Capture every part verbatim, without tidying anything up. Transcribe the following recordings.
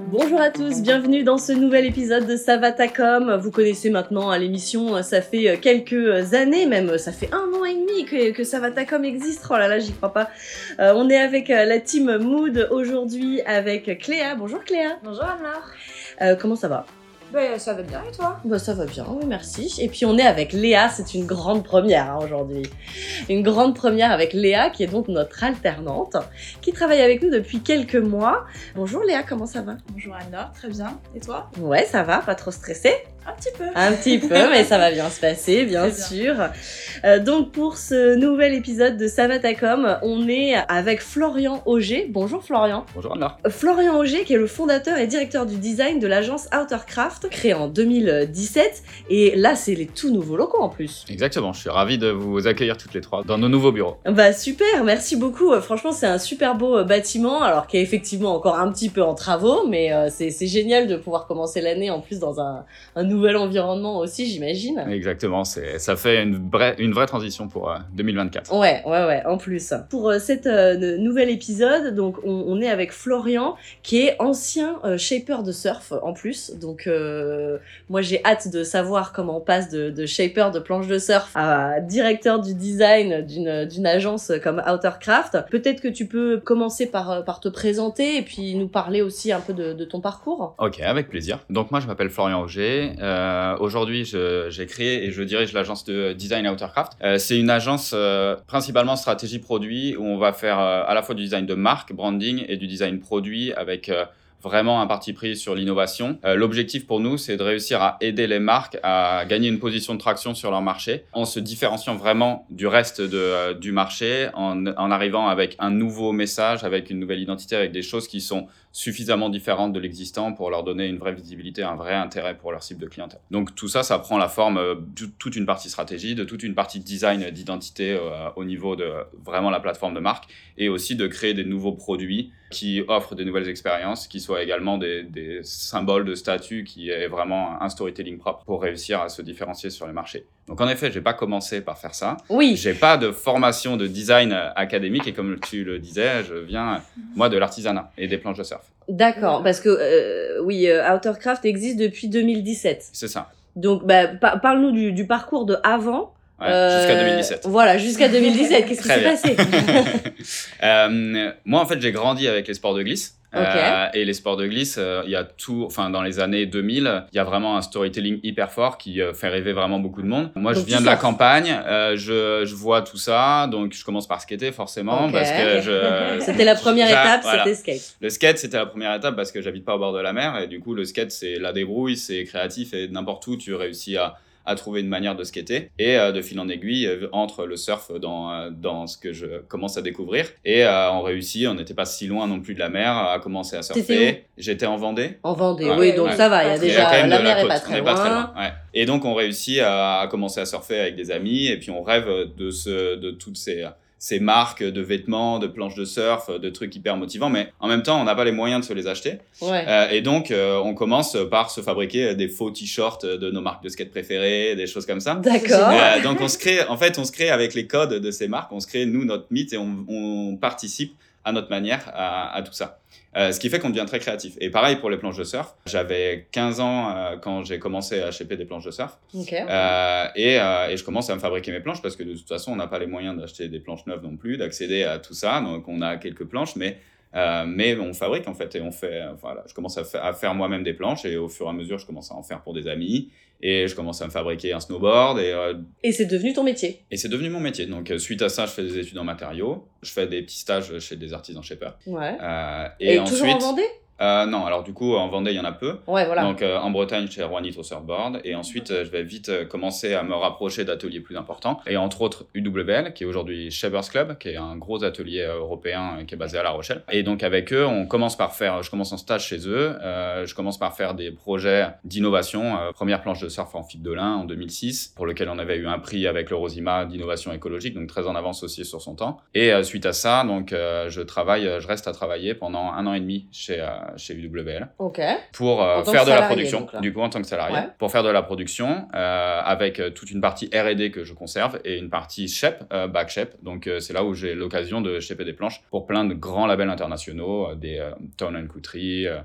Bonjour à tous, bienvenue dans ce nouvel épisode de Ça va ta com. Vous connaissez maintenant l'émission, ça fait quelques années, même ça fait un an et demi que, que Ça va ta com existe. Oh là là, j'y crois pas. Euh, on est avec la team Mood aujourd'hui avec Cléa. Bonjour Cléa. Bonjour Anne-Laure. Euh, comment ça va ? Bah, ça va bien et toi ? Bah, ça va bien, oui, merci. Et puis on est avec Léa, c'est une grande première hein, aujourd'hui. Une grande première avec Léa, qui est donc notre alternante, qui travaille avec nous depuis quelques mois. Bonjour Léa, comment ça va ? Bonjour Anne-Laure, très bien. Et toi ? Ouais, ça va, pas trop stressée ? Un petit peu. Un petit peu, mais ça va bien se passer, bien Très sûr. Bien. Euh, donc pour ce nouvel épisode de Ça va ta com, on est avec Florian Auger. Bonjour Florian. Bonjour Anna. Florian Auger, qui est le fondateur et directeur du design de l'agence Outercraft, créée en deux mille dix-sept. Et là, c'est les tout nouveaux locaux en plus. Exactement, je suis ravi de vous accueillir toutes les trois dans nos nouveaux bureaux. Bah super, merci beaucoup. Franchement, c'est un super beau bâtiment, alors qui est effectivement encore un petit peu en travaux, mais euh, c'est, c'est génial de pouvoir commencer l'année en plus dans un, un nouvel environnement aussi, j'imagine. Exactement, c'est, ça fait une vraie, une vraie transition pour euh, deux mille vingt-quatre. Ouais, ouais, ouais, en plus. Pour euh, cet euh, nouvel épisode, donc on, on est avec Florian, qui est ancien euh, shaper de surf en plus. Donc euh, moi j'ai hâte de savoir comment on passe de, de shaper de planche de surf à directeur du design d'une, d'une agence comme Outercraft. Peut-être que tu peux commencer par, par te présenter et puis nous parler aussi un peu de, de ton parcours. Ok, avec plaisir. Donc moi je m'appelle Florian Auger. Euh, aujourd'hui je, j'ai créé et je dirige l'agence de design Outercraft. Euh, c'est une agence euh, principalement stratégie produit où on va faire euh, à la fois du design de marque, branding et du design produit avec euh, vraiment un parti pris sur l'innovation. Euh, l'objectif pour nous, c'est de réussir à aider les marques à gagner une position de traction sur leur marché en se différenciant vraiment du reste de, euh, du marché, en, en arrivant avec un nouveau message, avec une nouvelle identité, avec des choses qui sont suffisamment différentes de l'existant pour leur donner une vraie visibilité, un vrai intérêt pour leur cible de clientèle. Donc tout ça, ça prend la forme euh, de toute une partie stratégie, de toute une partie design d'identité euh, au niveau de euh, vraiment la plateforme de marque et aussi de créer des nouveaux produits qui offrent des nouvelles expériences, qui soient également des, des symboles de statut, qui est vraiment un storytelling propre pour réussir à se différencier sur les marchés. Donc en effet, j'ai pas commencé par faire ça. Oui. J'ai pas de formation de design académique et comme tu le disais, je viens moi de l'artisanat et des planches de surf. D'accord, parce que euh, oui, euh, Outercraft existe depuis deux mille dix-sept. C'est ça. Donc bah, pa- parle-nous du, du parcours de avant. Ouais, euh, jusqu'à deux mille dix-sept. Voilà, jusqu'à deux mille dix-sept. Qu'est-ce qui s'est bien. passé euh, Moi, en fait, j'ai grandi avec les sports de glisse. Okay. Euh, et les sports de glisse, il euh, y a tout, enfin dans les années deux mille, il y a vraiment un storytelling hyper fort qui euh, fait rêver vraiment beaucoup de monde. Moi, donc, je viens de la campagne, euh, je, je vois tout ça, donc je commence par skater forcément okay. parce que je. C'était la première étape, voilà. C'était skate. Le skate, c'était la première étape parce que j'habite pas au bord de la mer et du coup, le skate, c'est la débrouille, c'est créatif et n'importe où tu réussis à à trouver une manière de skater et euh, de fil en aiguille euh, entre le surf dans euh, dans ce que je commence à découvrir et euh, on réussit, on n'était pas si loin non plus de la mer à commencer à surfer. J'étais en Vendée. En Vendée, ouais, oui, donc ouais. Ça va, il y a déjà y a la mer est pas très loin. Pas très loin ouais. Et donc on réussit à, à commencer à surfer avec des amis et puis on rêve de ce de toutes ces ces marques de vêtements, de planches de surf, de trucs hyper motivants, mais en même temps, on n'a pas les moyens de se les acheter. Ouais. Euh, et donc, euh, on commence par se fabriquer des faux t-shirts de nos marques de skate préférées, des choses comme ça. D'accord. Euh, donc, on se crée, en fait, on se crée avec les codes de ces marques, on se crée, nous, notre mythe et on, on participe à notre manière à, à tout ça. Euh, ce qui fait qu'on devient très créatif. Et pareil pour les planches de surf. J'avais quinze ans euh, quand j'ai commencé à shaper des planches de surf. Okay. Euh, et, euh, et je commence à me fabriquer mes planches parce que de toute façon, on n'a pas les moyens d'acheter des planches neuves non plus, d'accéder à tout ça. Donc, on a quelques planches, mais, euh, mais on fabrique en fait. Et on fait, voilà, je commence à, fa- à faire moi-même des planches et au fur et à mesure, je commence à en faire pour des amis. Et je commence à me fabriquer un snowboard. Et, euh, et c'est devenu ton métier. Et c'est devenu mon métier. Donc, euh, suite à ça, je fais des études en matériaux. Je fais des petits stages chez des artisans shapers. Ouais. Euh, et, et ensuite, toujours en Vendée Euh, non, alors du coup, en Vendée, il y en a peu. Ouais, voilà. Donc, euh, en Bretagne, chez Juanito Surfboard. Et ensuite, euh, je vais vite euh, commencer à me rapprocher d'ateliers plus importants. Et entre autres, U W L, qui est aujourd'hui Shapers Club, qui est un gros atelier euh, européen euh, qui est basé à La Rochelle. Et donc, avec eux, on commence par faire, je commence en stage chez eux. Euh, je commence par faire des projets d'innovation. Euh, première planche de surf en fibre de lin en deux mille six, pour lequel on avait eu un prix avec le Rosima d'innovation écologique, donc très en avance aussi sur son temps. Et euh, suite à ça, donc, euh, je travaille, je reste à travailler pendant un an et demi chez, euh, chez U W L. Okay. Pour euh, faire de salarié, la production, donc, du coup en tant que salarié, ouais. pour faire de la production euh, avec euh, toute une partie R et D que je conserve et une partie shape, euh, back shape. Donc euh, c'est là où j'ai l'occasion de shaper des planches pour plein de grands labels internationaux, euh, des euh, Town and Country, euh,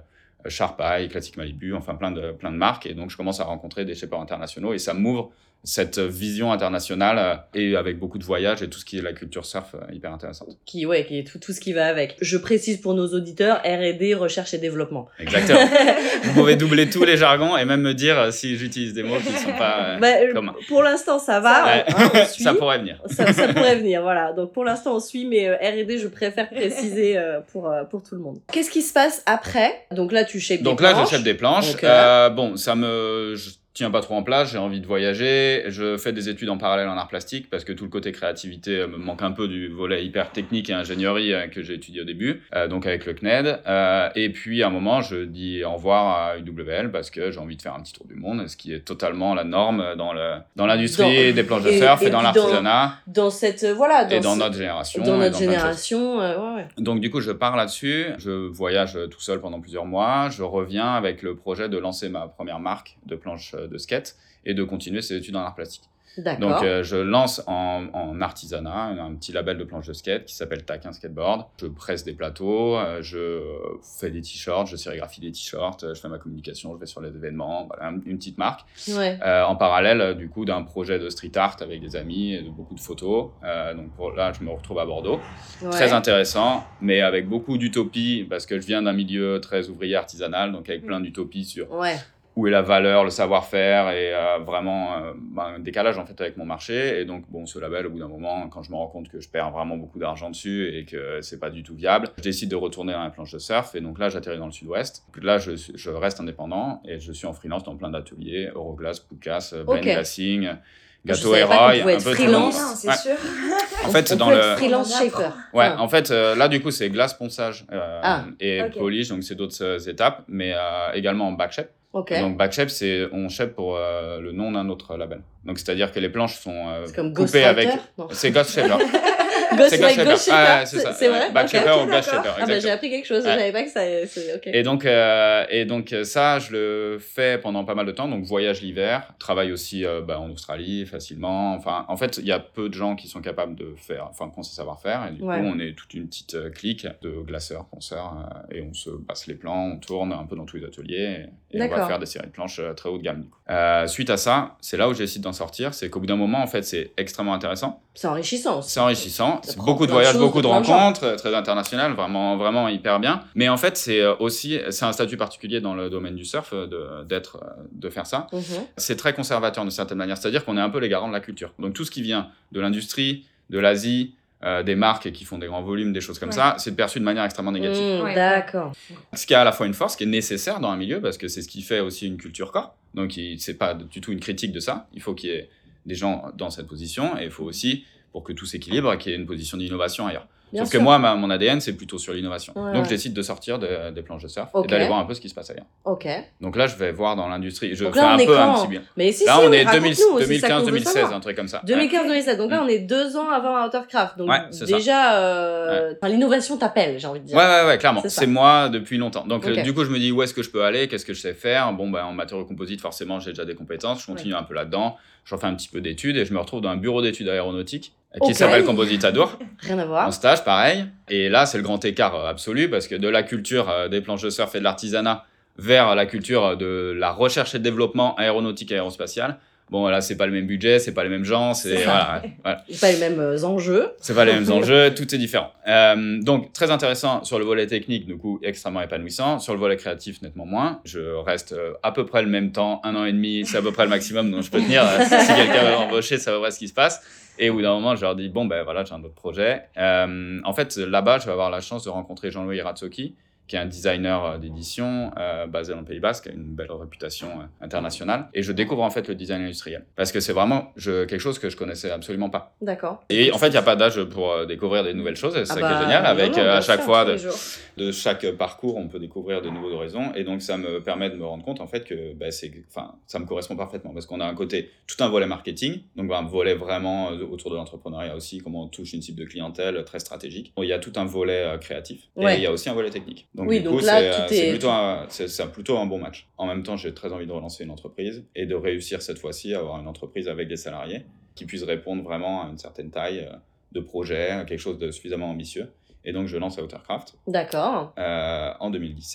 Sharpeye, Classic Malibu, enfin plein de, plein de marques. Et donc, je commence à rencontrer des shapers internationaux et ça m'ouvre cette vision internationale euh, et avec beaucoup de voyages et tout ce qui est la culture surf euh, hyper intéressante. Qui, ouais, qui est tout, tout ce qui va avec. Je précise pour nos auditeurs, R et D, recherche et développement. Exactement. Vous pouvez doubler tous les jargons et même me dire euh, si j'utilise des mots qui ne sont pas euh, bah, communs. Pour l'instant, ça va. Ouais. Hein, on suit. Ça pourrait venir. Ça, ça pourrait venir, voilà. Donc pour l'instant, on suit, mais euh, R et D, je préfère préciser euh, pour, euh, pour tout le monde. Qu'est-ce qui se passe après? Donc là, tu shapes des Donc planches. là, je shape des planches. Donc, euh... Euh, bon, ça me... Je tiens pas trop en place, j'ai envie de voyager, je fais des études en parallèle en art plastique parce que tout le côté créativité me manque un peu du volet hyper technique et ingénierie euh, que j'ai étudié au début, euh, donc avec le C N E D. Euh, et puis à un moment, je dis au revoir à U W L parce que j'ai envie de faire un petit tour du monde, ce qui est totalement la norme dans le dans l'industrie dans, des planches de surf et, et, et dans l'artisanat. Dans, dans cette voilà, dans et dans ce, notre génération. Dans notre dans génération, euh, ouais, ouais. Donc du coup, je pars là-dessus, je voyage tout seul pendant plusieurs mois, je reviens avec le projet de lancer ma première marque de planches de skate et de continuer ses études en art plastique. D'accord. Donc, euh, je lance en, en artisanat un petit label de planche de skate qui s'appelle Taquin Skateboard. Je presse des plateaux, euh, je fais des t-shirts, je sérigraphie des t-shirts, je fais ma communication, je vais sur les événements, voilà, une petite marque. Ouais. Euh, en parallèle, du coup, d'un projet de street art avec des amis et de beaucoup de photos. Euh, donc pour, là, je me retrouve à Bordeaux. Ouais. Très intéressant, mais avec beaucoup d'utopie parce que je viens d'un milieu très ouvrier artisanal, donc avec plein d'utopies sur... Ouais. Où est la valeur, le savoir-faire et euh, vraiment euh, bah, un décalage en fait avec mon marché. Et donc, bon, ce label, au bout d'un moment, quand je me rends compte que je perds vraiment beaucoup d'argent dessus et que c'est pas du tout viable, je décide de retourner dans la planche de surf. Et donc là, j'atterris dans le sud-ouest. Là, je, je reste indépendant et je suis en freelance dans plein d'ateliers, Euroglass, Poudcas, Blend okay. Glassing, Gâteau Héroï, un peu freelance. Non, c'est ouais. sûr. En fait, on dans peut le être freelance shaper. Ouais, ah. en fait, euh, là, du coup, c'est glace, ponçage euh, ah. et okay. polish, donc c'est d'autres euh, étapes, mais euh, également en backshape. Okay. Donc backshape, c'est on shape pour euh, le nom d'un autre label. Donc c'est-à-dire que les planches sont euh, comme coupées avec. Non. C'est Ghost Shaper. Ghost c'est like Ghost Shaper. Ah, c'est ça. C'est vrai. Backshaper okay. ou Ghost Shaper. Ah bah j'ai appris quelque chose. Ouais. Je savais pas que ça. C'est... Okay. Et donc euh, et donc ça, je le fais pendant pas mal de temps. Donc voyage l'hiver, travaille aussi euh, bah, en Australie facilement. Enfin, en fait, il y a peu de gens qui sont capables de faire, enfin, qu'on sait savoir faire. Et du ouais. coup, on est toute une petite euh, clique de glaceurs, ponceurs, euh, et on se passe les plans, on tourne un peu dans tous les ateliers et, et on va faire des séries de planches euh, très haut de gamme. Du coup. Euh, suite à ça, c'est là où j'ai décidé d'en sortir. C'est qu'au bout d'un moment, en fait, c'est extrêmement intéressant. C'est enrichissant. C'est enrichissant. C'est beaucoup de voyages, beaucoup de rencontres, très internationales, vraiment, vraiment hyper bien. Mais en fait, c'est aussi, c'est un statut particulier dans le domaine du surf de, d'être, de faire ça. Mm-hmm. C'est très conservateur d'une certaine manière. C'est-à-dire qu'on est un peu les garants de la culture. Donc tout ce qui vient de l'industrie, de l'Asie, Euh, des marques qui font des grands volumes, des choses comme ouais. ça, c'est perçu de manière extrêmement négative. Mmh, ouais. D'accord. Ce qui a à la fois une force, qui est nécessaire dans un milieu, parce que c'est ce qui fait aussi une culture corps. Donc, il, c'est pas du tout une critique de ça. Il faut qu'il y ait des gens dans cette position, et il faut aussi, pour que tout s'équilibre, qu'il y ait une position d'innovation ailleurs. Bien Sauf sûr. que moi, ma, mon A D N, c'est plutôt sur l'innovation. Ouais, Donc, ouais. je décide de sortir de, des planches de surf okay. et d'aller voir un peu ce qui se passe ailleurs. Ok. Donc là, je vais voir dans l'industrie. Je Donc fais là, un peu quand un petit bien. Mais si, là, si, on est deux mille quinze deux mille seize, un truc comme ça. deux mille quinze deux mille seize. Donc là, on est deux ans avant Outercraft. Donc ouais, déjà, euh, ouais. l'innovation t'appelle, j'ai envie de dire. Ouais, ouais, ouais, clairement. C'est, c'est moi depuis longtemps. Donc okay. euh, du coup, je me dis où est-ce que je peux aller, qu'est-ce que je sais faire. Bon, ben, en matériaux composites, forcément, j'ai déjà des compétences. Je continue ouais. un peu là-dedans. J'en fais un petit peu d'études et je me retrouve dans un bureau d'études aéronautiques qui okay. s'appelle Composite Adour. Rien à voir. En stage, pareil. Et là, c'est le grand écart absolu parce que de la culture des planches de surf et de l'artisanat vers la culture de la recherche et de développement aéronautique et aérospatiale. Bon, là, c'est pas le même budget, c'est pas les mêmes gens, c'est, c'est voilà, voilà. C'est pas les mêmes euh, enjeux. C'est pas les mêmes enjeux, tout est différent. Euh, donc, très intéressant sur le volet technique, du coup, extrêmement épanouissant. Sur le volet créatif, nettement moins. Je reste euh, à peu près le même temps, un an et demi, c'est à peu près le maximum dont je peux tenir. si quelqu'un veut m'embaucher, c'est à peu près ce qui se passe. Et au bout d'un moment, je leur dis, bon, ben voilà, j'ai un autre projet. Euh, en fait, là-bas, je vais avoir la chance de rencontrer Jean-Louis Irazzoki, qui est un designer d'édition euh, basé dans le Pays Basque, qui a une belle réputation euh, internationale. Et je découvre en fait le design industriel. Parce que c'est vraiment je, quelque chose que je connaissais absolument pas. D'accord. Et en fait, il n'y a pas d'âge pour euh, découvrir des nouvelles choses. Et c'est ah ça bah, qui est génial. Avec non, non, euh, à chaque sûr, fois, de, de chaque parcours, on peut découvrir de nouveaux horizons. Et donc, ça me permet de me rendre compte en fait que bah, c'est, ça me correspond parfaitement. Parce qu'on a un côté, tout un volet marketing, donc un volet vraiment euh, autour de l'entrepreneuriat aussi, comment on touche une cible de clientèle très stratégique. Bon, il y a tout un volet euh, créatif. Ouais. Et il y a aussi un volet technique. Donc, oui, du donc coup, là, c'est, tout c'est, est... plutôt un, c'est, c'est plutôt un bon match. En même temps, j'ai très envie de relancer une entreprise et de réussir cette fois-ci à avoir une entreprise avec des salariés qui puissent répondre vraiment à une certaine taille de projet, quelque chose de suffisamment ambitieux. Et donc, je lance Outercraft. D'accord. Euh, en deux mille dix-sept,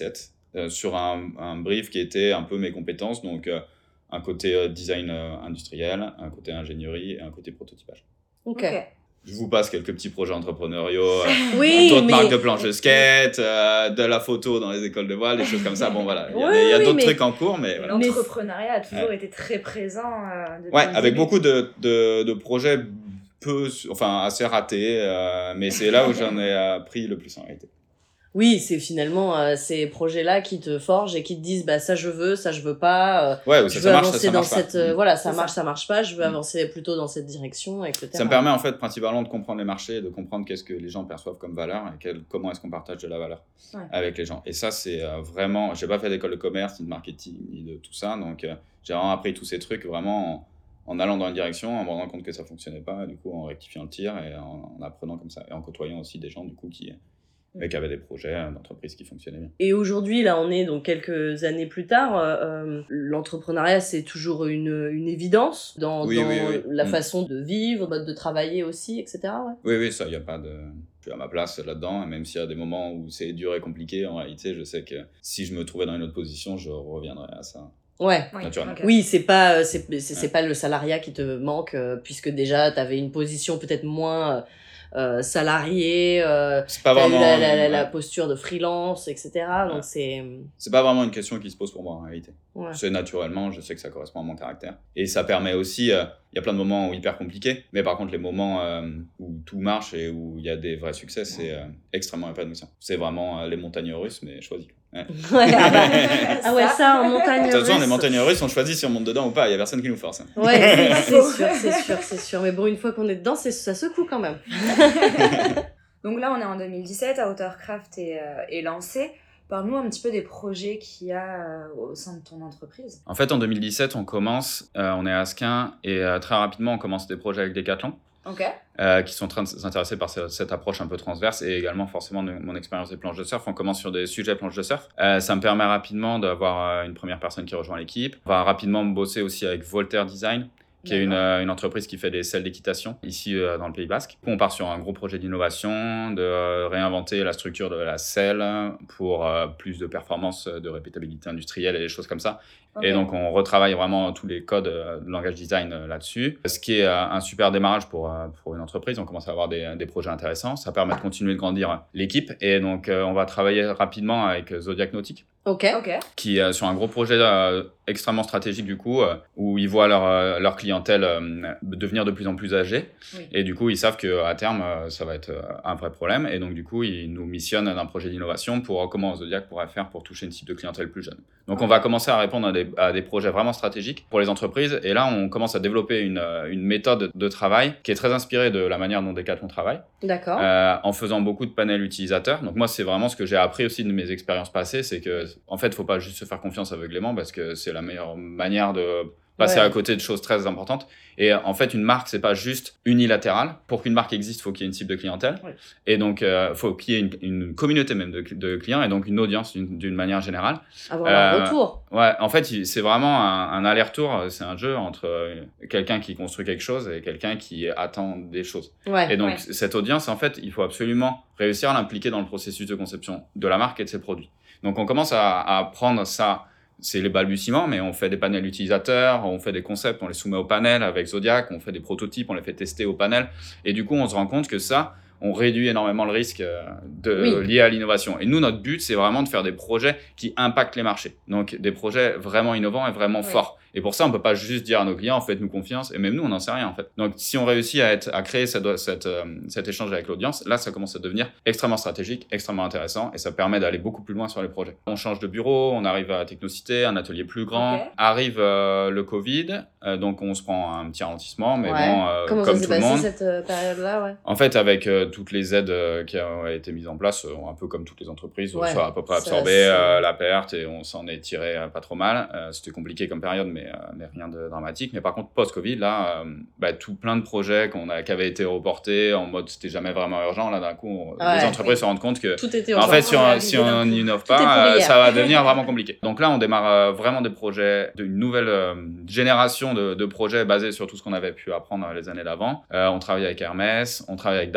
euh, sur un, un brief qui était un peu mes compétences, donc euh, un côté euh, design euh, industriel, un côté ingénierie et un côté prototypage. Ok. Ok. Je vous passe quelques petits projets entrepreneuriaux, euh, Oui, d'autres mais... marques de planches de skate, euh, de la photo dans les écoles de voile, des choses comme ça. Bon voilà, il y a, Oui, des- il y a oui, d'autres mais- trucs en cours, mais voilà. L'entrepreneuriat a toujours Ouais. été très présent. Euh, depuis Ouais, le avec début. beaucoup de, de, de projets peu, enfin assez ratés, euh, mais c'est là où j'en ai appris le plus en réalité. Oui, c'est finalement euh, ces projets-là qui te forgent et qui te disent bah ça je veux, ça je veux pas. euh, Ouais, où je ça, veux ça marche, ça, avancer ça dans marche pas. cette euh, voilà, ça C'est marche, ça. ça marche pas. Je veux Mm. avancer plutôt dans cette direction, et cetera. Ça me permet en fait principalement de comprendre les marchés, de comprendre qu'est-ce que les gens perçoivent comme valeur et quel, comment est-ce qu'on partage de la valeur Ouais. avec les gens. Et ça, c'est euh, vraiment. J'ai pas fait d'école de commerce, ni de marketing, ni de tout ça, donc euh, j'ai vraiment appris tous ces trucs vraiment en, en allant dans une direction, en me rendant compte que ça fonctionnait pas, du coup en rectifiant le tir et en, en apprenant comme ça et en côtoyant aussi des gens du coup qui, Mm. qui avaient des projets euh, d'entreprise qui fonctionnaient bien. Et aujourd'hui, là, on est donc quelques années plus tard. euh, euh, l'entrepreneuriat, c'est toujours une, une évidence dans, Oui, dans oui, oui. la Mm. façon de vivre, mode de travailler aussi, et cetera. Ouais. Oui, oui, ça, il n'y a pas de. Je suis à ma place là-dedans, et même s'il y a des moments où c'est dur et compliqué, en réalité, je sais que si je me trouvais dans une autre position, je reviendrais à ça. Ouais. Oui, Naturellement. ok. Oui, c'est pas euh, c'est c'est c'est Ouais. pas le salariat qui te manque euh, puisque déjà t'avais une position peut-être moins euh, euh, salariée, euh, C'est pas t'as eu vraiment. la, la, la, ouais. la posture de freelance, et cetera. Ouais. Donc c'est C'est pas vraiment une question qui se pose pour moi en réalité. ouais. C'est naturellement, je sais que ça correspond à mon caractère. Et ça permet aussi, euh, il y a plein de moments où hyper compliqués, mais par contre les moments euh, où tout marche et où il y a des vrais succès, c'est euh, extrêmement épanouissant. C'est vraiment euh, les montagnes russes, mais choisies. Ouais. Ouais, ah, bah, ah ouais, ça en montagne De toute façon, russe. les montagnes russes, on choisit si on monte dedans ou pas, il y a personne qui nous force. Hein. Ouais, c'est c'est sûr, c'est sûr, c'est sûr. Mais bon, une fois qu'on est dedans, c'est ça secoue quand même. Donc là, on est en deux mille dix-sept, Outercraft est, euh, est lancé. Parle-nous un petit peu des projets qu'il y a euh, au sein de ton entreprise. En fait, en deux mille dix-sept, on commence, euh, on est à Asquin, et euh, très rapidement, on commence des projets avec Decathlon. Ok. Euh, qui sont en train de s'intéresser par ce- cette approche un peu transverse et également forcément de mon expérience des planches de surf. On commence sur des sujets planches de surf. Euh, ça me permet rapidement d'avoir euh, une première personne qui rejoint l'équipe. On va rapidement bosser aussi avec Voltaire Design, qui est une, euh, une entreprise qui fait des selles d'équitation ici euh, dans le Pays Basque. On part sur un gros projet d'innovation, de euh, réinventer la structure de la selle pour euh, plus de performance, de répétabilité industrielle et des choses comme ça. Ok. Et donc, on retravaille vraiment tous les codes euh, de langage design euh, là-dessus. Ce qui est euh, un super démarrage pour, euh, pour une entreprise. On commence à avoir des, des projets intéressants. Ça permet de continuer de grandir l'équipe. Et donc, euh, on va travailler rapidement avec Zodiac Nautique, Ok. Ok. qui est sur un gros projet euh, extrêmement stratégique du coup, euh, où ils voient leur, euh, leur clientèle euh, devenir de plus en plus âgée. Oui. Et du coup, ils savent qu'à terme, euh, ça va être euh, un vrai problème. Et donc, du coup, ils nous missionnent d'un projet d'innovation pour comment Zodiac pourrait faire pour toucher une cible de clientèle plus jeune. Donc, on va commencer à répondre à des, à des projets vraiment stratégiques pour les entreprises. Et là, on commence à développer une, une méthode de travail qui est très inspirée de la manière dont Decathlon travaille, D'accord. euh, en faisant beaucoup de panels utilisateurs. Donc moi, c'est vraiment ce que j'ai appris aussi de mes expériences passées, c'est que en fait, faut pas juste se faire confiance aveuglément parce que c'est la meilleure manière de passer Ouais. à côté de choses très importantes. Et en fait, une marque, c'est pas juste unilatéral. Pour qu'une marque existe, faut qu'il y ait une cible de clientèle. Ouais. Et donc, euh, faut qu'il y ait une, une communauté même de, de clients et donc une audience d'une, d'une manière générale. Avoir euh, un retour. Ouais, en fait, il- c'est vraiment un, un aller-retour. C'est un jeu entre euh, quelqu'un qui construit quelque chose et quelqu'un qui attend des choses. Ouais. Et donc, Ouais. cette audience, en fait, il faut absolument réussir à l'impliquer dans le processus de conception de la marque et de ses produits. Donc, on commence à, à prendre ça, c'est les balbutiements, mais on fait des panels utilisateurs, on fait des concepts, on les soumet au panel avec Zodiac, on fait des prototypes, on les fait tester au panel. Et du coup, on se rend compte que ça, on réduit énormément le risque euh, de, Oui. lié à l'innovation. Et nous, notre but, c'est vraiment de faire des projets qui impactent les marchés. Donc, des projets vraiment innovants et vraiment Ouais. forts. Et pour ça, on peut pas juste dire à nos clients, faites-nous confiance. Et même nous, on n'en sait rien, en fait. Donc, si on réussit à, être, à créer cette, cette, euh, cet échange avec l'audience, là, ça commence à devenir extrêmement stratégique, extrêmement intéressant. Et ça permet d'aller beaucoup plus loin sur les projets. On change de bureau, on arrive à Technocité, un atelier plus grand. Ok. Arrive euh, le Covid. euh, donc, on se prend un petit ralentissement. Mais Ouais. bon, euh, Comment comme ça s'est tout le passé monde. cette euh, période-là, ouais. En fait, avec euh, toutes les aides euh, qui ont été mises en place, euh, un peu comme toutes les entreprises, Ouais, ça a à peu près ça, absorbé c'est- euh, la perte et on s'en est tiré euh, pas trop mal. Euh, c'était compliqué comme période, mais, euh, mais rien de dramatique. Mais par contre, post-Covid, là, euh, bah, tout plein de projets qu'on a, qui avaient été reportés en mode c'était jamais vraiment urgent. Là, d'un coup, on- Ouais, les entreprises oui. se rendent compte que Tout était en urgent. fait, si on est on arrivé si d'un on coup. n'innove Tout est pour pas, euh, hier. ça va devenir vraiment compliqué. Donc là, on démarre euh, vraiment des projets, d'une nouvelle euh, génération de, de projets basés sur tout ce qu'on avait pu apprendre les années d'avant. Euh, on travaille avec Hermès, on travaille avec Dab Motors,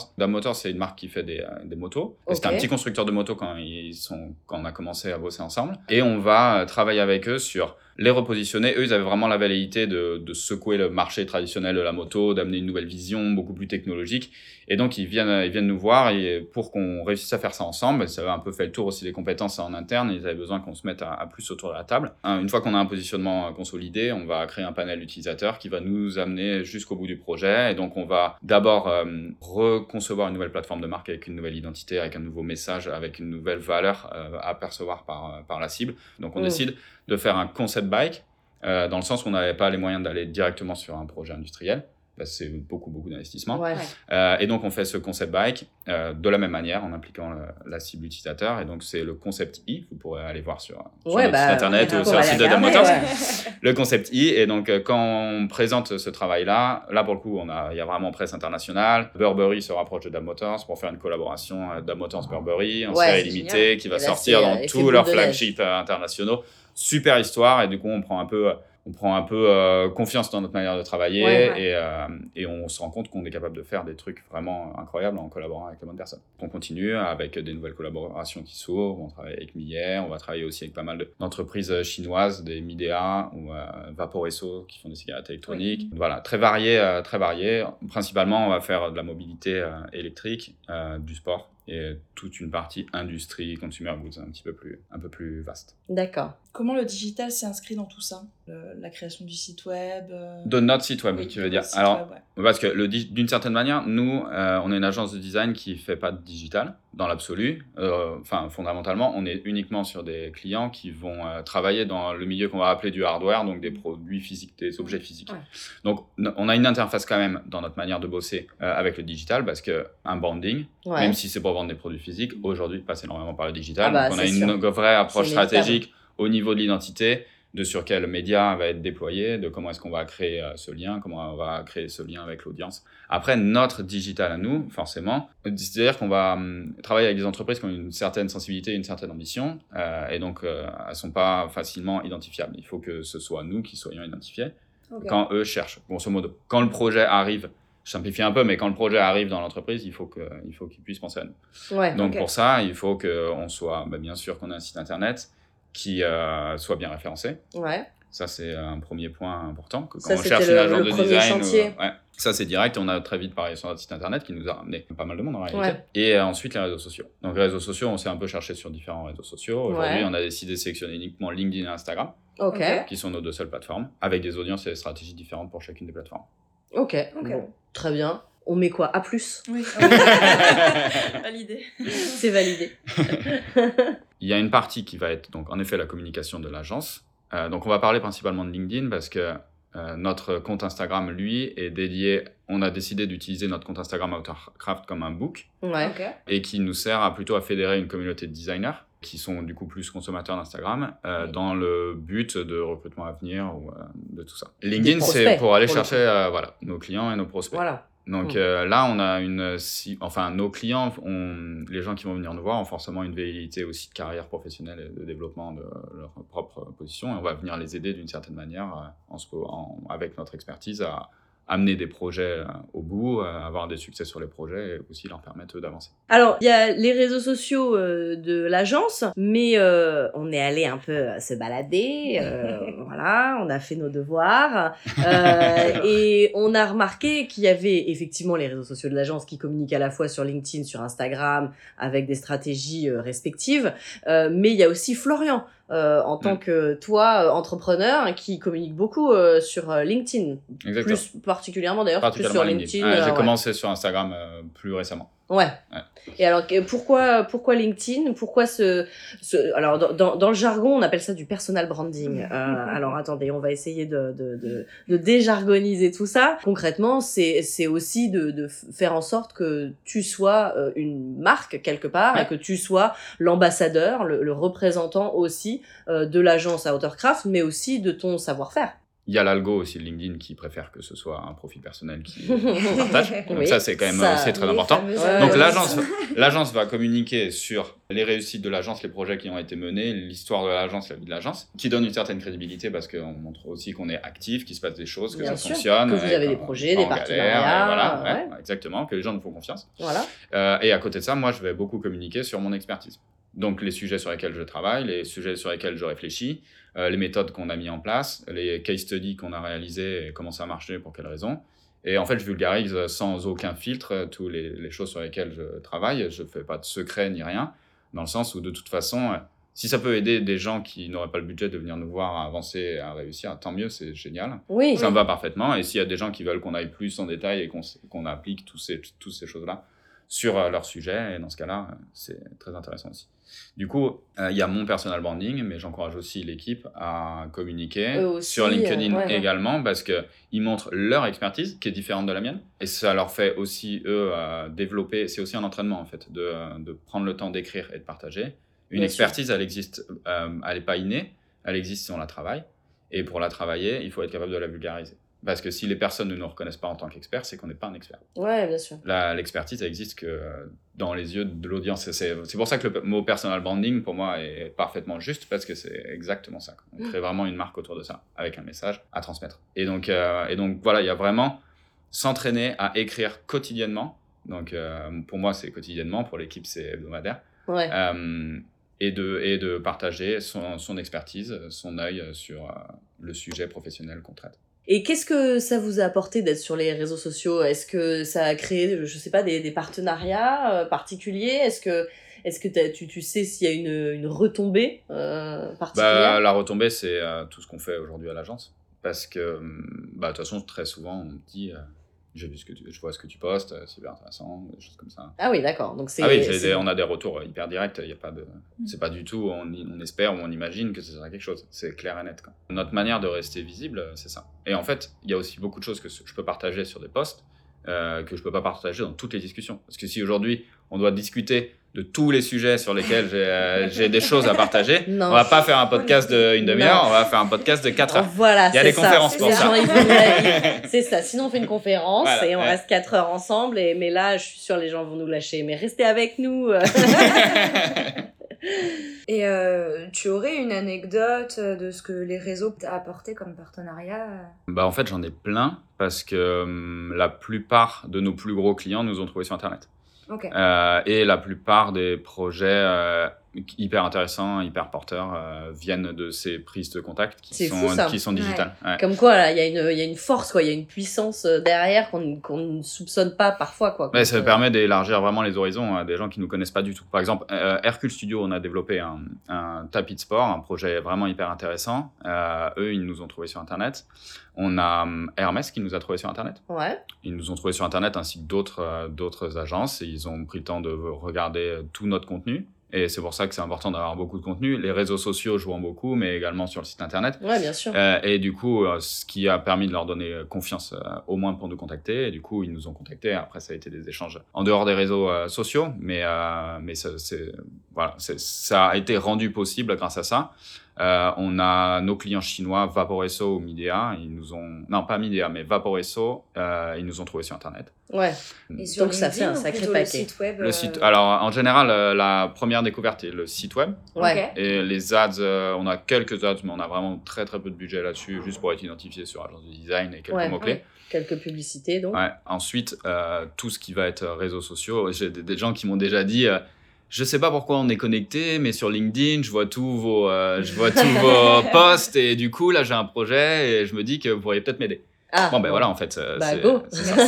Motors. Dam Motors, c'est une marque qui fait des, euh, des motos. Ok. C'était un petit constructeur de motos quand, ils sont, quand on a commencé à bosser ensemble. Et on va euh, travailler avec eux sur les repositionner. Eux, ils avaient vraiment la velléité de, de secouer le marché traditionnel de la moto, d'amener une nouvelle vision beaucoup plus technologique. Et donc, ils viennent, ils viennent nous voir et pour qu'on réussisse à faire ça ensemble, ça avait un peu fait le tour aussi des compétences en interne. Ils avaient besoin qu'on se mette à, à plus autour de la table. Une fois qu'on a un positionnement consolidé, on va créer un panel d'utilisateurs qui va nous amener jusqu'au bout du projet. Et donc, on va d'abord euh, reconcevoir une nouvelle plateforme de marque avec une nouvelle identité, avec un nouveau message, avec une nouvelle valeur euh, à percevoir par, par la cible. Donc, on Mmh. décide de faire un concept bike, euh, dans le sens où on n'avait pas les moyens d'aller directement sur un projet industriel. Parce que c'est beaucoup, beaucoup d'investissement. Ouais. Euh, et donc, on fait ce concept bike euh, de la même manière, en impliquant le, la cible utilisateur. Et donc, c'est le concept I. Vous pourrez aller voir sur, sur Ouais, notre bah, site internet on ou va sur le site de Dam regarder, Motors. ouais. Le concept I. Et donc, euh, quand on présente ce travail-là, là, pour le coup, on a, il y a vraiment presse internationale. Burberry se rapproche de Dam Motors pour faire une collaboration euh, Dam Motors Burberry en Ouais, série c'est limitée génial. qui va Et là, sortir c'est, dans euh, effet tous boule leurs de neige. flagships euh, internationaux. Super histoire. Et du coup, on prend un peu... on prend un peu euh, confiance dans notre manière de travailler Ouais, ouais. Et, euh, et on se rend compte qu'on est capable de faire des trucs vraiment incroyables en collaborant avec les bonnes personnes. On continue avec des nouvelles collaborations qui s'ouvrent, on travaille avec Millet, on va travailler aussi avec pas mal de, d'entreprises chinoises, des Midea ou euh, Vaporesso qui font des cigarettes électroniques. Oui. Voilà, très varié, euh, très varié. Principalement, on va faire de la mobilité euh, électrique, euh, du sport et toute une partie industrie, consumer goods, un petit peu plus, un peu plus vaste. D'accord. Comment le digital s'est inscrit dans tout ça ? Le- La création du site web euh... De notre site web, Oui, tu de veux dire. votre site Alors, web, ouais. parce que le, d'une certaine manière, nous, euh, on est une agence de design qui fait pas de digital dans l'absolu. Euh, Enfin, fondamentalement, on est uniquement sur des clients qui vont euh, travailler dans le milieu qu'on va appeler du hardware, donc des produits physiques, des objets physiques. Ouais. Donc, on a une interface quand même dans notre manière de bosser euh, avec le digital, parce que un branding, Ouais. même si c'est pour vendre des produits physiques, aujourd'hui passe énormément par le digital. Ah bah, donc, on a c'est une sûr. vraie approche C'est inévitable. stratégique au niveau de l'identité, de sur quel média va être déployé, de comment est-ce qu'on va créer euh, ce lien, comment on va créer ce lien avec l'audience. Après, notre digital à nous, forcément, c'est-à-dire qu'on va hum, travailler avec des entreprises qui ont une certaine sensibilité, une certaine ambition, euh, et donc euh, elles ne sont pas facilement identifiables. Il faut que ce soit nous qui soyons identifiés Okay. quand eux cherchent, grosso modo. Quand le projet arrive, je simplifie un peu, mais quand le projet arrive dans l'entreprise, il faut que, il faut qu'ils puissent penser à nous. Ouais. Donc Ok. pour ça, il faut qu'on soit, bah, bien sûr qu'on ait un site internet qui euh, soit bien référencé. Ouais. Ça, c'est un premier point important. Que quand Ça, on c'était cherche le- une agence le de premier design, chantier. euh, ouais, ça c'est direct. On a très vite parlé sur notre site internet qui nous a ramené pas mal de monde en réalité. Ouais. Et euh, ensuite les réseaux sociaux. Donc les réseaux sociaux, on s'est un peu cherché sur différents réseaux sociaux. Aujourd'hui, Ouais. on a décidé de sélectionner uniquement LinkedIn et Instagram, Ok. Ok. qui sont nos deux seules plateformes, avec des audiences et des stratégies différentes pour chacune des plateformes. Ok. Ok. Bon, très bien. On met quoi ? A plus ? Oui. Validé. C'est validé. Il y a une partie qui va être donc en effet la communication de l'agence. Euh, donc on va parler principalement de LinkedIn parce que euh, notre compte Instagram, lui, est dédié. On a décidé d'utiliser notre compte Instagram Outercraft comme un book Ouais. Ok. et qui nous sert à plutôt à fédérer une communauté de designers qui sont du coup plus consommateurs d'Instagram euh, Oui. dans le but de recrutement à venir ou euh, de tout ça. LinkedIn, prospects, c'est pour aller pour le chercher euh, voilà, nos clients et nos prospects. Voilà. Donc Mm. euh, là, on a une, si, enfin nos clients, on, les gens qui vont venir nous voir ont forcément une velléité aussi de carrière professionnelle et de développement de leur propre position, et on va venir les aider d'une certaine manière euh, en, en, avec notre expertise à amener des projets euh, au bout, euh, avoir des succès sur les projets et aussi leur permettre eux, d'avancer. Alors, il y a les réseaux sociaux euh, de l'agence, mais euh, on est allé un peu euh, se balader, euh, voilà, on a fait nos devoirs, euh, et on a remarqué qu'il y avait effectivement les réseaux sociaux de l'agence qui communiquent à la fois sur LinkedIn, sur Instagram, avec des stratégies euh, respectives, euh, mais il y a aussi Florian, euh, en tant Mm. que toi, euh, entrepreneur, qui communique beaucoup euh, sur euh, LinkedIn, Exactement. plus particulièrement d'ailleurs, plus Particulièrement sur LinkedIn. LinkedIn. Ouais, euh, j'ai ouais. commencé sur Instagram euh, plus récemment. Ouais. Ouais. Et alors, que- pourquoi, pourquoi LinkedIn ? Pourquoi ce, ce alors dans, dans, dans le jargon, on appelle ça du personal branding. Euh, alors attendez, on va essayer de, de, de, de déjargoniser tout ça. Concrètement, c'est, c'est aussi de, de faire en sorte que tu sois euh, une marque quelque part, Ouais. et que tu sois l'ambassadeur, le, le représentant aussi euh, de l'agence Outercraft, mais aussi de ton savoir-faire. Il y a l'algo aussi de LinkedIn qui préfère que ce soit un profil personnel qui partage. Donc Oui, ça, c'est quand même ça, aussi très Les important. fameuses Ouais, Donc ouais, l'agence, l'agence va communiquer sur les réussites de l'agence, les projets qui ont été menés, l'histoire de l'agence, la vie de l'agence, qui donne une certaine crédibilité parce qu'on montre aussi qu'on est actif, qu'il se passe des choses, que Bien ça sûr, fonctionne. que vous et avez des qu'on projets, est des pas en galère, partenariats, et voilà, ouais, ouais. exactement, que les gens nous font confiance. Voilà. Euh, et à côté de ça, moi, je vais beaucoup communiquer sur mon expertise. Donc, les sujets sur lesquels je travaille, les sujets sur lesquels je réfléchis, euh, les méthodes qu'on a mis en place, les case studies qu'on a réalisés et comment ça a marché, pour quelles raisons. Et en fait, je vulgarise sans aucun filtre tous les, les choses sur lesquelles je travaille. Je ne fais pas de secret ni rien, dans le sens où, de toute façon, si ça peut aider des gens qui n'auraient pas le budget de venir nous voir à avancer, à réussir, tant mieux, c'est génial. Oui. Ça me va parfaitement. Et s'il y a des gens qui veulent qu'on aille plus en détail et qu'on, qu'on applique tous ces, toutes ces choses-là sur euh, leur sujet, et dans ce cas-là, euh, c'est très intéressant aussi. Du coup, il euh, y a mon personal branding, mais j'encourage aussi l'équipe à communiquer aussi, sur LinkedIn euh, ouais, ouais. également, parce qu'ils montrent leur expertise, qui est différente de la mienne. Et ça leur fait aussi, eux, euh, développer, c'est aussi un entraînement, en fait, de, de prendre le temps d'écrire et de partager. Une Bien expertise, sûr. elle existe, euh, elle n'est pas innée, elle existe si on la travaille. Et pour la travailler, il faut être capable de la vulgariser. Parce que si les personnes ne nous reconnaissent pas en tant qu'experts, c'est qu'on n'est pas un expert. Ouais, bien sûr. La, l'expertise, elle existe que dans les yeux de l'audience. C'est, c'est pour ça que le mot personal branding, pour moi, est parfaitement juste, parce que c'est exactement ça. On crée vraiment une marque autour de ça, avec un message à transmettre. Et donc, euh, et donc voilà, il y a vraiment s'entraîner à écrire quotidiennement. Donc, euh, pour moi, c'est quotidiennement. Pour l'équipe, c'est hebdomadaire. Ouais. Euh, et, de, et de partager son, son expertise, son œil sur euh, le sujet professionnel qu'on traite. Et qu'est-ce que ça vous a apporté d'être sur les réseaux sociaux ? Est-ce que ça a créé, je sais pas, des, des partenariats euh, particuliers ? Est-ce que, est-ce que tu, tu sais s'il y a une, une retombée euh, particulière ? Bah, la retombée, c'est euh, tout ce qu'on fait aujourd'hui à l'agence. Parce que, bah, de toute façon, très souvent, on me dit euh, j'ai vu ce que tu, je vois ce que tu postes, c'est hyper intéressant, des choses comme ça. Ah oui, d'accord. Donc c'est, ah oui, j'ai c'est... Des, on a des retours hyper directs. Y a pas de, mmh. C'est pas du tout, on, on espère ou on imagine que ce sera quelque chose. C'est clair et net, quoi. Notre manière de rester visible, c'est ça. Et en fait, il y a aussi beaucoup de choses que je peux partager sur des posts euh, que je peux pas partager dans toutes les discussions. Parce que si aujourd'hui, on doit discuter de tous les sujets sur lesquels j'ai, euh, j'ai des choses à partager, non. on va pas faire un podcast d'une demi-heure, non. On va faire un podcast de quatre heures. Voilà, il y a des ça. conférences c'est pour ça. ça. C'est ça. Sinon, on fait une conférence voilà, et on ouais. reste quatre heures ensemble. Et, mais là, je suis sûre les gens vont nous lâcher. Mais restez avec nous. Et euh, tu aurais une anecdote de ce que les réseaux t'ont apporté comme partenariat ? Bah en fait, j'en ai plein parce que hum, la plupart de nos plus gros clients nous ont trouvés sur Internet. Okay. Euh, et la plupart des projets euh, hyper intéressants, hyper porteurs, euh, viennent de ces prises de contact qui, sont, fou, qui sont digitales. Ouais. Ouais. Comme quoi, là, il y a une, il y a une force, quoi, il y a une puissance derrière qu'on, qu'on ne soupçonne pas parfois, quoi. Ouais, ça euh... permet d'élargir vraiment les horizons à des gens qui nous connaissent pas du tout. Par exemple, euh, Hercule Studio, on a développé un, un tapis de sport, un projet vraiment hyper intéressant. Euh, eux, ils nous ont trouvés sur Internet. On a Hermès qui nous a trouvés sur Internet. Ouais. Ils nous ont trouvés sur Internet ainsi que d'autres, euh, d'autres agences. Et ils ont pris le temps de regarder tout notre contenu. Et c'est pour ça que c'est important d'avoir beaucoup de contenu. Les réseaux sociaux jouant beaucoup, mais également sur le site Internet. Ouais, bien sûr. Euh, et du coup, euh, ce qui a permis de leur donner confiance, euh, au moins pour nous contacter. Et du coup, ils nous ont contactés. Après, ça a été des échanges en dehors des réseaux euh, sociaux. Mais, euh, mais ça, c'est, voilà, c'est, ça a été rendu possible grâce à ça. Euh, on a nos clients chinois, Vaporesso ou Midea, ils nous ont, non pas Midea, mais Vaporesso, euh, ils nous ont trouvés sur Internet. Ouais. Et sur donc ça fait un sacré paquet. Le site web. Le site, alors en général, euh, la première découverte est le site web. Ouais. Et les ads, euh, on a quelques ads, mais on a vraiment très très peu de budget là-dessus, juste pour être identifié sur agence de design et quelques ouais. mots-clés. Ouais. Quelques publicités, donc. Ouais. Ensuite, euh, tout ce qui va être réseaux sociaux, j'ai des, des gens qui m'ont déjà dit. Euh, Je sais pas pourquoi on est connecté, mais sur LinkedIn, je vois tous vos, euh, je vois tous vos posts et du coup là j'ai un projet et je me dis que vous pourriez peut-être m'aider. Ah, bon ben voilà en fait. Bah c'est, go. C'est ça.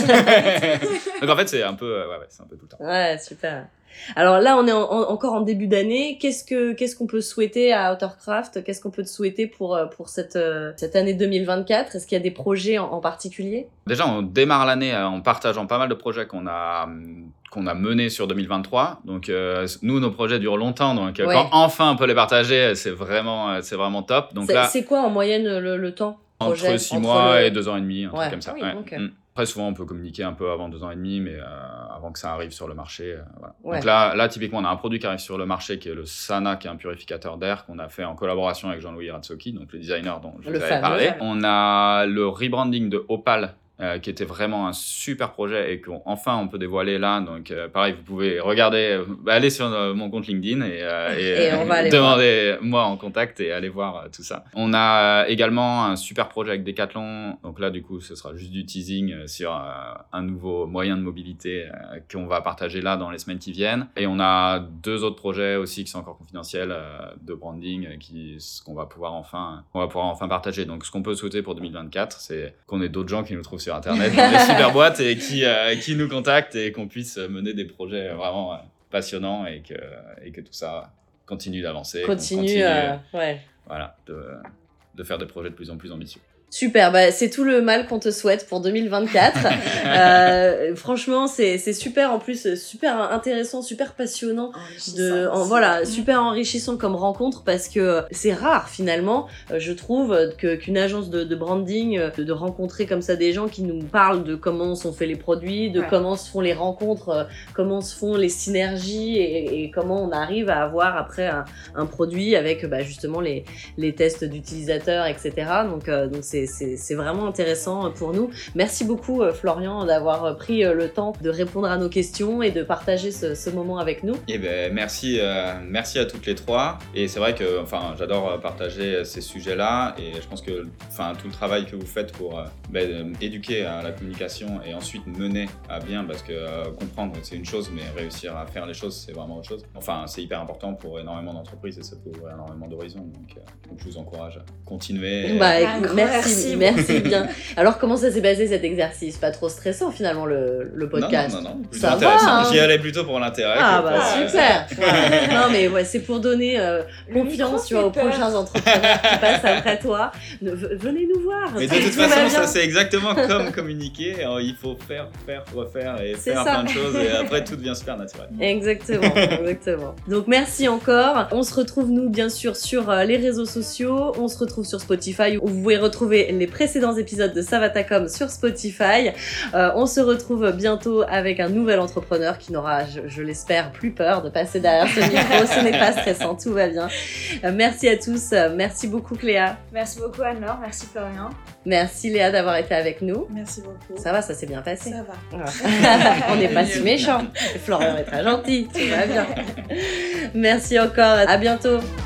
Donc en fait c'est un peu, euh, ouais, ouais c'est un peu tout le temps. Ouais super. Alors là on est en, en, encore en début d'année. Qu'est-ce que qu'est-ce qu'on peut souhaiter à Autorcraft ? Qu'est-ce qu'on peut te souhaiter pour pour cette cette année deux mille vingt-quatre ? Est-ce qu'il y a des projets en, en particulier ? Déjà on démarre l'année en partageant pas mal de projets qu'on a. qu'on a mené sur deux mille vingt-trois. Donc, euh, nous, nos projets durent longtemps. Donc, ouais. Quand enfin on peut les partager, c'est vraiment, c'est vraiment top. Donc, c'est, là, c'est quoi en moyenne le, le temps projet, Entre six mois le... et deux ans et demi, un ouais. truc comme ça. Ah oui, ouais. okay. mmh. Après, souvent, on peut communiquer un peu avant deux ans et demi, mais euh, avant que ça arrive sur le marché. Euh, voilà. Ouais. Donc là, là, typiquement, on a un produit qui arrive sur le marché qui est le Sana, qui est un purificateur d'air qu'on a fait en collaboration avec Jean-Louis Ratsuki, donc le designer dont je Le vous avais fameux. parlé. On a le rebranding de Opal, Euh, qui était vraiment un super projet et qu'enfin on peut dévoiler là. Donc euh, pareil, vous pouvez regarder, euh, bah, aller sur euh, mon compte LinkedIn et, euh, et, Et on va aller demander moi en contact et aller voir euh, tout ça. On a euh, également un super projet avec Decathlon. Donc là, du coup, ce sera juste du teasing euh, sur euh, un nouveau moyen de mobilité euh, qu'on va partager là dans les semaines qui viennent. Et on a deux autres projets aussi qui sont encore confidentiels euh, de branding euh, qui qu'on va pouvoir enfin, on va pouvoir enfin partager. Donc ce qu'on peut souhaiter pour deux mille vingt-quatre, c'est qu'on ait d'autres gens qui nous trouvent sur internet, des super boîtes et qui, euh, qui nous contactent et qu'on puisse mener des projets vraiment euh, passionnants et que, et que tout ça continue d'avancer. qu'on Continue, continue, euh, ouais. voilà, de, de faire des projets de plus en plus ambitieux. Super, bah, c'est tout le mal qu'on te souhaite pour deux mille vingt-quatre. euh, franchement, c'est, c'est super, en plus, super intéressant, super passionnant. De, en, voilà, super enrichissant comme rencontre parce que c'est rare finalement, je trouve, que, qu'une agence de, de branding, de, de rencontrer comme ça des gens qui nous parlent de comment sont faits les produits, de Ouais. comment se font les rencontres, comment se font les synergies et, et comment on arrive à avoir après un, un produit avec bah, justement les, les tests d'utilisateurs, et cetera. Donc, euh, donc c'est C'est, c'est vraiment intéressant pour nous. Merci beaucoup euh, Florian d'avoir pris euh, le temps de répondre à nos questions et de partager ce, ce moment avec nous. Et ben merci, euh, merci à toutes les trois. Et c'est vrai que, enfin, j'adore partager ces sujets-là. Et je pense que, enfin, tout le travail que vous faites pour euh, ben, éduquer à la communication et ensuite mener à bien, parce que euh, comprendre c'est une chose, mais réussir à faire les choses c'est vraiment autre chose. Enfin, c'est hyper important pour énormément d'entreprises et ça peut ouvrir énormément d'horizons. Donc, euh, donc je vous encourage à continuer. Bah, Ah, écoute, grand merci, merci. merci bien. Alors comment ça s'est passé cet exercice? Pas trop stressant finalement le, le podcast? Non, non, non, non. Plutôt Ça va, intéressant. hein. J'y allais plutôt pour l'intérêt. Ah que bah pour, euh, super. Voilà. Non mais ouais, c'est pour donner euh, Le confiance, micro tu vois, aux fait peur. prochains entrepreneurs qui passent après toi. Ne- v- venez nous voir. Mais de ça- toute tout va façon, bien. ça c'est exactement comme communiquer. Alors, il faut faire, faire, refaire et C'est faire ça. plein de choses et après tout devient super naturel. Exactement, exactement. Donc merci encore. On se retrouve nous bien sûr sur euh, les réseaux sociaux. On se retrouve sur Spotify où vous pouvez retrouver les précédents épisodes de Savatacom sur Spotify. Euh, on se retrouve bientôt avec un nouvel entrepreneur qui n'aura, je, je l'espère, plus peur de passer derrière ce micro. Ce n'est pas stressant, tout va bien. Euh, merci à tous. Euh, Merci beaucoup Cléa. Merci beaucoup Anne-Laure, merci Florian. Merci Léa d'avoir été avec nous. Merci beaucoup. Ça va, ça s'est bien passé. Ça va. Voilà. On n'est pas si méchants. Florian est très gentil, tout va bien. Merci encore, à bientôt.